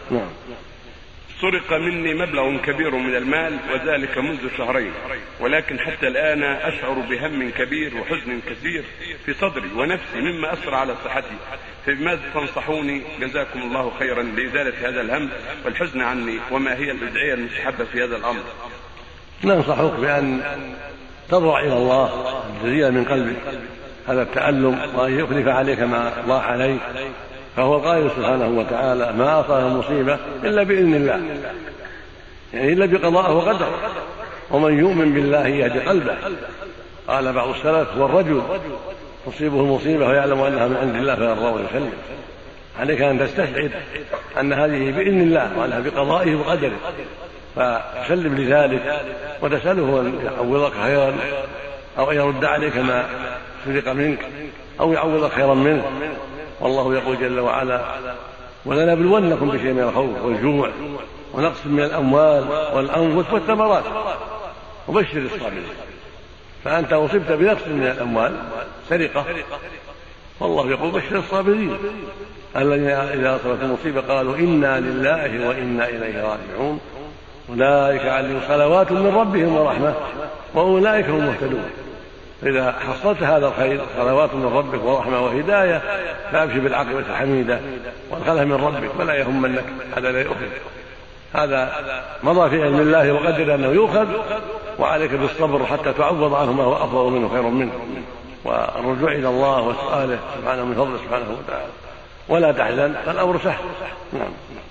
نعم. سرق مني مبلغ كبير من المال وذلك منذ شهرين، ولكن حتى الآن أشعر بهم كبير وحزن كثير في صدري ونفسي مما أثر على صحتي، فبماذا تنصحوني جزاكم الله خيرا لإزالة هذا الهم والحزن عني، وما هي الأدعية المستحبة في هذا الأمر؟ ننصحك بأن تضرع إلى الله تزيل من قلبك هذا التألم وأن يخلف عليك ما ضاع عليك، فهو القائل سبحانه وتعالى: ما أصاب مصيبة إلا بإذن الله، يعني إلا بقضاءه وقدره، ومن يؤمن بالله يهدي قلبه. قال بعض السلف: هو الرجل تصيبه المصيبة ويعلم أنها من عند الله فيرضى ويسلم. عليك أن تستشعر أن هذه بإذن الله وأنها بقضائه وقدره، فسلم لذلك وتسأله أن يعوضك خيرا أو أن يرد عليك ما سرق منك أو يعوضك خيرا منه. والله يقول جل وعلا: ولنبلونكم بشيء من الخوف والجوع ونقص من الأموال والأنفس والثمرات وبشر الصابرين. فأنت أصبت بنقص من الأموال سرقة، والله يقول: بشر الصابرين الذين إذا أصابت المصيبة قالوا إنا لله وإنا إليه راجعون أولئك عليهم صلوات من ربهم ورحمة وأولئك هم المهتدون. إذا حصلت هذا الخير صلوات من ربك ورحمة وهداية فأبشر بالعاقبة الحميدة وادخلها من ربك ولا يهمنك هذا لا يؤخذ. هذا مضى في علم الله وقدر أنه يؤخذ، وعليك بالصبر حتى تعوض عنه ما هو أفضل منه خير منه، والرجوع إلى الله وسؤاله سبحانه من فضله سبحانه وتعالى، ولا تحزن فالأمر سهل. نعم.